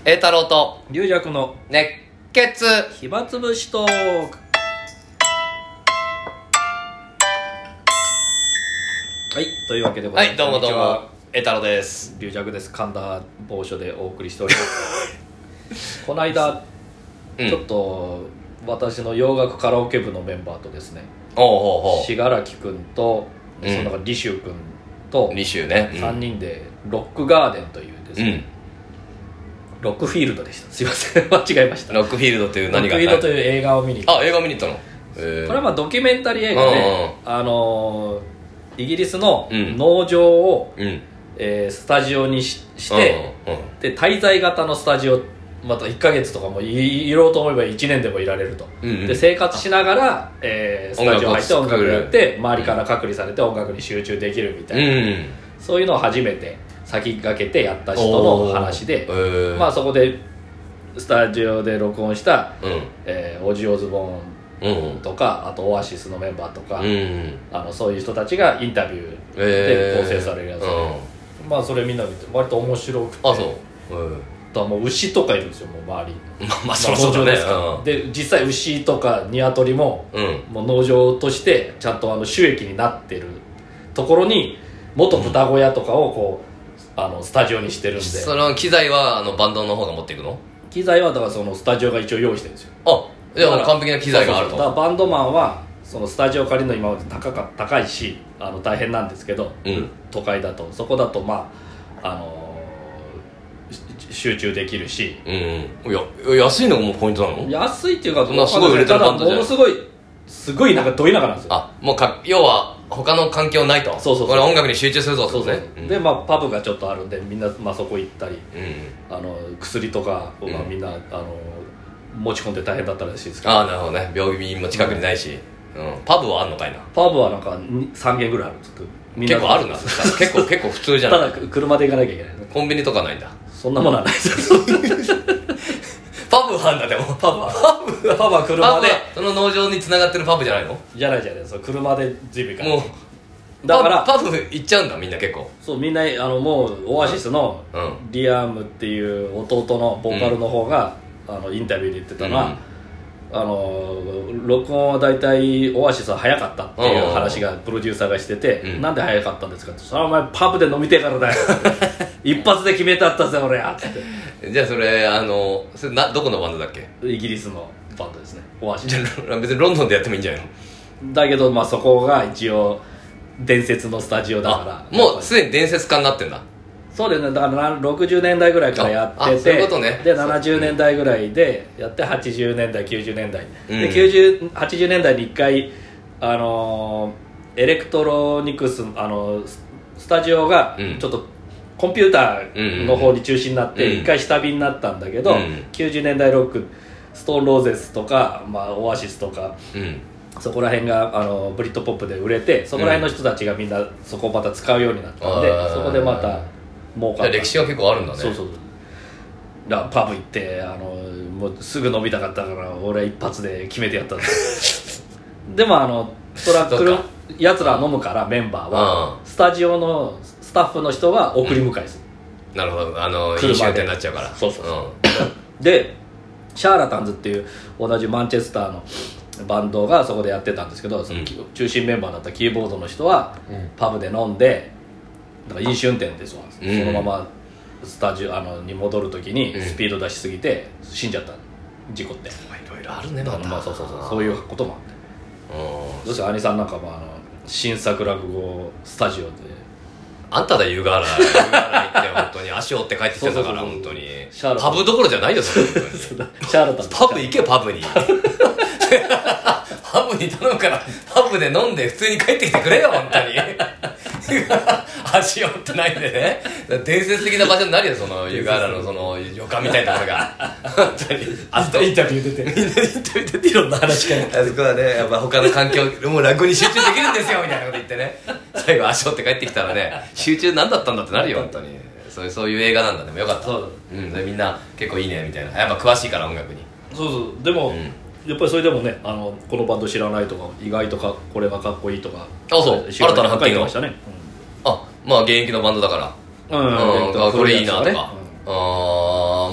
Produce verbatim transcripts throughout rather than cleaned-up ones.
栄太郎と龍尺の熱血暇つぶしトーク。はい、というわけでございます。 はい、どうもどうも栄太郎です。 龍尺です。神田某所でお送りしておりますこの間、うん、ちょっと私の洋楽カラオケ部のメンバーとですね、信楽くんと、うん、その中李修くんと李修ね、 うん、さんにんでロックガーデンというですね、うん、ロックフィールドでした。すいません間違えました。 ロックフィールドという何がロックフィールドという映画を見に行った。 あ、映画見に行ったの。 えー、これはまあドキュメンタリー映画で、うんうん、あのー、イギリスの農場を、うんえー、スタジオに し, して、うんうん、で滞在型のスタジオ、またいっかげつとかも い, いろうと思えばいちねんでもいられると、うんうん、で生活しながら、えー、スタジオ入って音楽やって周りから隔離されて音楽に集中できるみたいな、うんうん、そういうのを初めて先駆けてやった人の話で、えーまあ、そこでスタジオで録音した、うんえー、オジー・オズボーンとか、うん、あとオアシスのメンバーとか、うん、あのそういう人たちがインタビューで構成されるやつで、えーうん、まあそれみんな見て割と面白くて、 あそう、うん、 だもう牛とかいるんですよ、もう周りまあまあそうそうだね、 うん、で実際牛とか鶏も、うん、もう農場としてちゃんとあの収益になってるところに元豚小屋とかをこう、うん、あのスタジオにしてるんで、 その機材はあのバンドの方が持っていくの？ 機材はだからそのスタジオが一応用意してるんですよ。 あ、じゃあ完璧な機材があると。 そうそうそう、だからバンドマンはそのスタジオ借りるの今まで 高, か高いしあの大変なんですけど、うん、都会だとそこだとまああの集中できるし、 うん、いや安いのがもうポイントなの？安いっていうか、 そんなすごい売れてるバンドじゃん。 ものすごいすごいなんかど田舎なんですよ。 あ、もうか要は他の環境ないと。 そうそうそう、 これ音楽に集中するぞってことね。 そうそう、うん、でまあパブがちょっとあるんでみんな、まあ、そこ行ったり、うん、あの薬とかを、まあ、みんな、うん、あの持ち込んで大変だったらしいですけど。 ああなるほどね、病院も近くにないし、うんうん、パブはあんのかいな。 パブはなんかさん軒ぐらいある。 みんな結構あるな結構結構普通じゃない。 ただ車で行かなきゃいけない。 コンビニとかないんだ。 そんなものはないですよパブはあんだ。でもパブはパブはパブは車でその農場に繋がってるパブじゃないの？ じゃないじゃない、その車で随分行かない。もうだからパブ行っちゃうんだみんな結構。 そう、みんなあのもうオアシスのリアムっていう弟のボーカルの方が、うん、あのインタビューで言ってたのは、うんあの録音は大体オアシスは早かったっていう話がプロデューサーがしてて、うん、なんで早かったんですかって、それはお前パブで飲みてからだよ一発で決めたったぜ俺やっつってじゃあそれあのそれなどこのバンドだっけ？ イギリスのバンドですね、オアシス。 じゃあ別にロンドンでやってもいいんじゃないの？ だけどまあそこが一応伝説のスタジオだから、 もうすでに伝説化になってんだ。 そうですね、だからろくじゅうねんだいぐらいからやってて、 そういうことね。 でななじゅうねんだいぐらいでやってはちじゅうねんだいきゅうじゅうねんだい、うん、できゅうじゅう、はちじゅうねんだいにいっかいあのエレクトロニクスあのスタジオがちょっとコンピューターの方に中心になっていっかい下火になったんだけど、うん、きゅうじゅうねんだいロックストーンローゼスとか、まあ、オアシスとか、うんそこら辺があのブリッドポップで売れて、そこら辺の人たちがみんなそこをまた使うようになったんで、うん、そこでまた儲かった。 歴史が結構あるんだね。 そうそうそう、だからパブ行ってあのもうすぐ飲みたかったから俺は一発で決めてやったんですでもあのトラックのやつら飲むからメンバーは、うん、スタジオのスタッフの人は送り迎えする、 うん、なるほど、あの飲酒運転になっちゃうから。 そうそうそう、うん、でシャーラタンズっていう同じマンチェスターのバンドがそこでやってたんですけど、その中心メンバーだったキーボードの人はパブで飲んで、だから飲酒運転ですわ、うん、そのままスタジオあのに戻るときにスピード出しすぎて死んじゃった、事故って。いろいろあるね、 また。まあ、そうそうそう、そういうこともあって、そして兄さんなんかもあの新作落語スタジオであんただ湯河原湯河原行って本当に足折って帰ってきてたから本当にパブどころじゃないよそれシャーラタンパブ行けパブにパブに頼むからパブで飲んで普通に帰ってきてくれよ本当に足折ってないんでね、伝説的な場所になるよその湯河原のその旅館みたいなところが本当にあとインタビュー出てみんなインタビュー出ていろんな話からあそこはねやっぱ他の環境もう楽に集中できるんですよみたいなこと言ってね最後足折って帰ってきたらね集中何だったんだってなるよ本当に。そういう、そういう映画なんだ。でもよかった。そう、うん、でみんな結構いいねみたいな、やっぱ詳しいから音楽に。 そうそうでも、うん、やっぱりそれでもねあのこのバンド知らないとか意外とかこれがかっこいいとかあそう新たな発見がましたね、 うん、あまあ現役のバンドだからうん、うん、これいいなとか、ね、うん、あ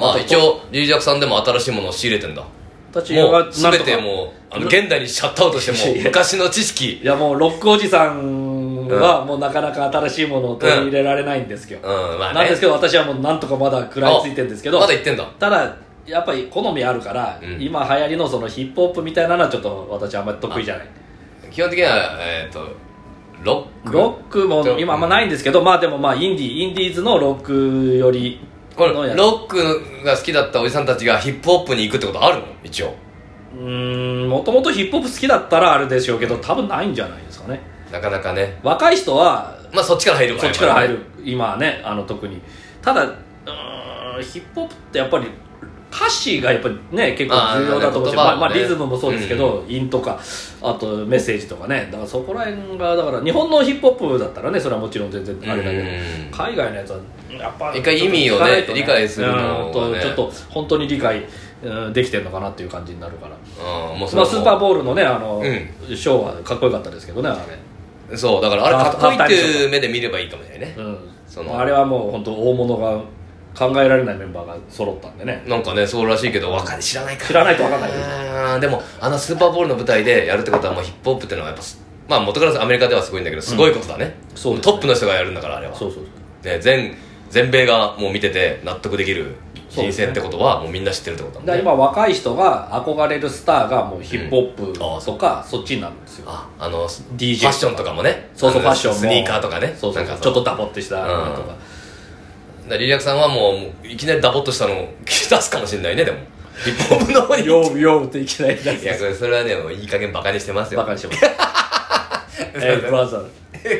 まあ一応リージャクさんでも新しいものを仕入れてんだ。もう全てもうあの現代にシャットアウトしても昔の知識。 いやもうロックおじさんはもうなかなか新しいものを取り入れられないんですよ、うんうんまあね、なんですけど私はもうなんとかまだ食らいついてるんですけど、 まだ言ってんだ。 ただやっぱり好みあるから、うん、今流行りのそのヒップホップみたいなのはちょっと私あんまり得意じゃない。 基本的にはえっとロックロックも今あんまないんですけど、まあでもまあインディインディーズのロックよりこれロックが好きだったおじさんたちがヒップホップに行くってことあるの？一応うーんもともとヒップホップ好きだったらあるでしょうけど多分ないんじゃないですかね。 なかなかね若い人はまあそっちから入るそっちから入る、ね、今はねあの特にただうーんヒップホップってやっぱり歌詞がやっぱりね結構重要だと思うし、まあまあ、リズムもそうですけど、うん、韻とかあとメッセージとかねだからそこら辺がだから日本のヒップホップだったらねそれはもちろん全然あれだけど、うん、海外のやつはやっぱ一回意味をね理解するのと、ね、ちょっと本当に理解できてるのかなっていう感じになるから、 うんもうそまあ、スーパーボールのねあの、うん、ショーはかっこよかったですけどねあれそうだからあれかっこいいっていう目で見ればいいかもしれないね、うん、 そのあれはもう本当大物が考えられないメンバーが揃ったんでねなんかねそうらしいけど分かり知らないから知らないと分かんないあでもあのスーパーボールの舞台でやるってことはもうヒップホップってのはやっぱまあ元からアメリカではすごいんだけどすごいことだね、うん、そうですねトップの人がやるんだからあれはそうそうそう、 ね、全全米がもう見てて納得できる人選ってことはもうみんな知ってるってことだもんね。 だから今若い人が憧れるスターがもうヒップホップとか、うん、そっちになるんですよ。 ああのディージェーファッションとかもねそうそうファッションもスニーカーとかねそうそうなんかちょっとダボっとしたのとか、 うん、だリリアクさんはもういきなりダボっとしたのを出すかもしれないねでもヒップホップの方にヨーヨーっていきなり出すいやこれそれはねもういい加減バカにしてますよバカにしてますえー、ブラザー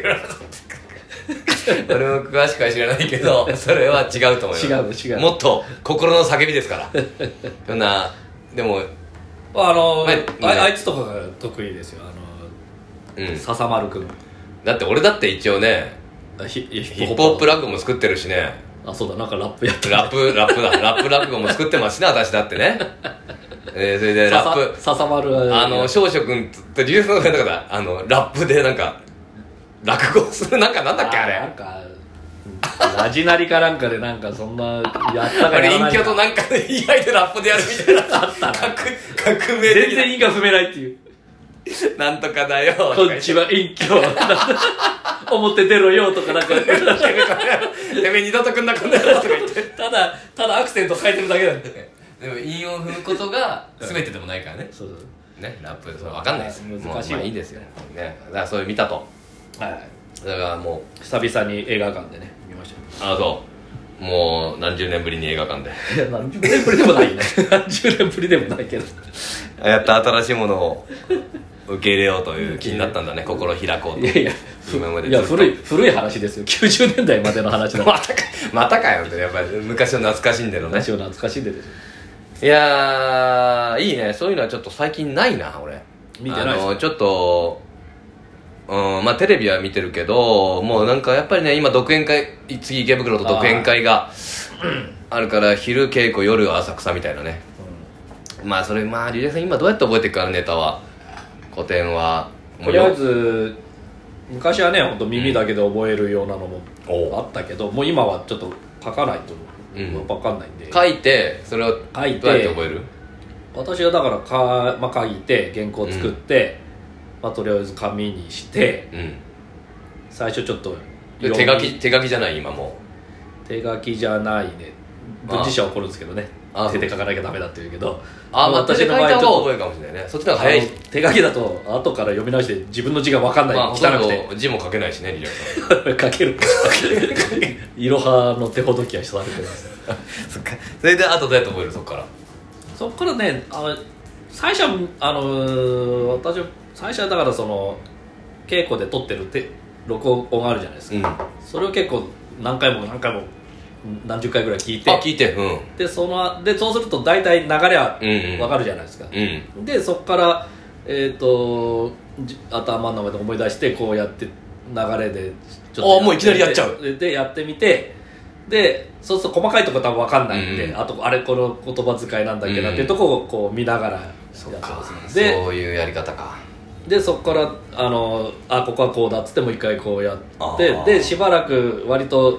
俺も詳しくは知らないけどそれは違うと思います違う違うもっと心の叫びですからそんなでもあの、まあ、あ, あいつとかが得意ですよあの、うん、笹丸くんだって俺だって一応ねヒップホップ落語も作ってるしねあそうだなんかラップやってるラップラップだラップ落語も作ってますしね私だってねえー、それでラップ笹丸あの少々くんとリュウスの方があのラップでなんか落語するなんかなんだっけあれなんかラジナリかなんかでなんかそんなやったかやらないか隠居となんかで意外とラップでやるみたいなあった革命的全然意が踏めないっていうなんとかだよこんちは隠居表出ろよとかなんかてめえ二度と来んなこんなよとか言ってただただアクセント変えてるだけなんででも韻を踏むことが全てでもないからねそうそうねラップそれ分かんないです難しいもうまあいいですよ、ね、だからそういう見たとはいだからもう久々に映画館でね見ましたああそうもう何十年ぶりに映画館でいや何十年ぶりでもないね何十年ぶりでもないけどやった新しいものを受け入れようという気になったんだね心開こうといやいや今までいや古い古い話ですよきゅうじゅうねんだいまでの話だまたかまたかよってやっぱり昔を懐かしんでるね昔を懐かしんでるでしょいやーいいねそういうのはちょっと最近ないな俺見てないですかあのちょっとうんまあテレビは見てるけどもうなんかやっぱりね今独演会次池袋と独演会があるから昼稽古夜浅草みたいなね、うん、まあそれまあリレーさん今どうやって覚えていくかネタは古典はとりあえず昔はね本当耳だけで覚えるようなのもあったけど、うん、もう今はちょっと書かないと分かんないんで、うん、 書いてそれを書いてどうやって覚える私はだからか、まあ、書いて原稿作って、うんまあ、とりあえず紙にして、うん、最初ちょっと手書き手書きじゃない今もう手書きじゃないね文字者は怒るんですけどね手で書かなきゃダメだって言うけどああ私の場合ちょっと覚えるかもしれないねそっちの方が早い手書きだと後から読み直して自分の字が分かんない、まあ、汚くて字も書けないしねリラさん書けるいろはの手ほどきはされてますそっかそれであとどうやって覚えるそっからそっからねあの最初はあの私は最初はだからその稽古で撮ってるて録音があるじゃないですか、うん、それを結構何回も何回も何十回ぐらい聞いてあ聞いて、うん、 でそのでそうすると大体流れは分かるじゃないですか、うんうん、でそこからえっ、ー、と頭の中で思い出してこうやって流れでちょっとあもういきなりやっちゃうで, でやってみてでそうすると細かいところ多分分かんないんで、うん、あとあれこの言葉遣いなんだっけなっていうところをこう見ながらやってますね、うん、そういうやり方かでそこからあのあここはこうだっつってもう一回こうやってでしばらく割と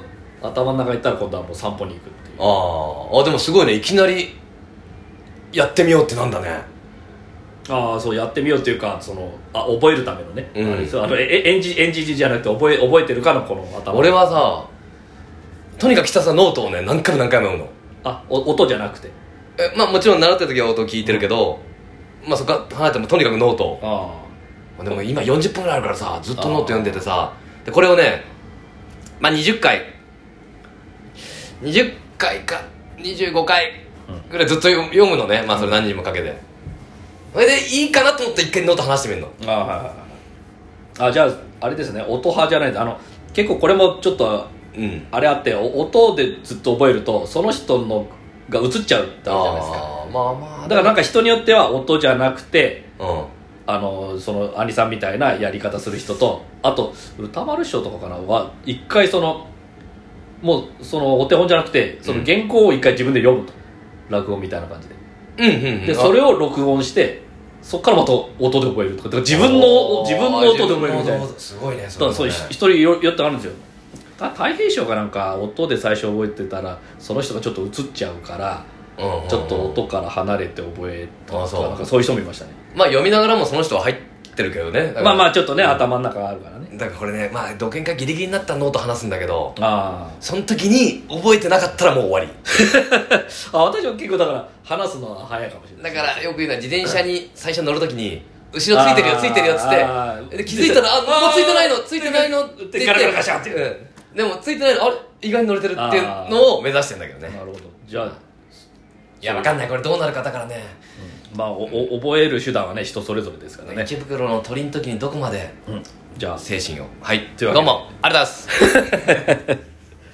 頭の中に行ったら今度はもう散歩に行くっていう。 ああでもすごいね、いきなりやってみようってなんだね。 ああそうやってみようっていうか、そのあ覚えるためのね、 うん、 あれそうあのえ演じ演じじゃなくて覚え覚えてるかのこの頭。 俺はさとにかくひたすらノートをね何回も何回も読むの。 あお音じゃなくて、 えまあもちろん習ってる時は音を聞いてるけど、まあそこから離れてもとにかくノート。 あでも今よんじゅっぷんぐらいあるからさ、ずっとノート読んでてさ、でこれをねまあにじゅっかいにじゅっかいかにじゅうごかいぐらいずっと読むのね。まあそれ何人もかけて、それでいいかなと思って一回ノート話してみるの。 あはいはいはい。あじゃああれですね、音派じゃないです。あの結構これもちょっと、うん、あれあって音でずっと覚えるとその人のが映っちゃうってあるじゃないですか。 あまあまあだからなんか人によっては音じゃなくて、 うん、 あのその兄さんみたいなやり方する人と、あと歌丸師匠とかかなは一回そのもうそのお手本じゃなくてその原稿を一回自分で読むと、うん、落語みたいな感じで、 うんうんうん、 でそれを録音してそっからまた音で覚えるとか、自分の自分の音で覚えるみたいな。 すごいね。 それ、ね、そう一人よってあるんですよ。太平師匠かなんか音で最初覚えてたらその人がちょっと映っちゃうから、うんうんうん、ちょっと音から離れて覚えたとか、なんかそういう人もいましたね。 まあ読みながらもその人は入ってるけどね。 まあまあちょっとね、うん、頭の中があるからね。 だからこれね、まあ土建会ギリギリになったノート話すんだけど、 あその時に覚えてなかったらもう終わり。 あ私は結構だから話すのは早いかもしれない。 だからよく言うのは自転車に最初乗る時に後ろついてるよついてるよっつってで気づいたらあもうついてないのついてないのって言ってガラガラガシャンって、 うん、でもついてないのあれ意外に乗れてるっていうのを目指してんだけどね。 なるほど。じゃあいや分かんないこれどうなるかだからね、 うん、まあおお覚える手段はね人それぞれですからね。 池袋の鳥の時にどこまで、 うん、じゃあ精神をはいというわけでどうもありがとうございます。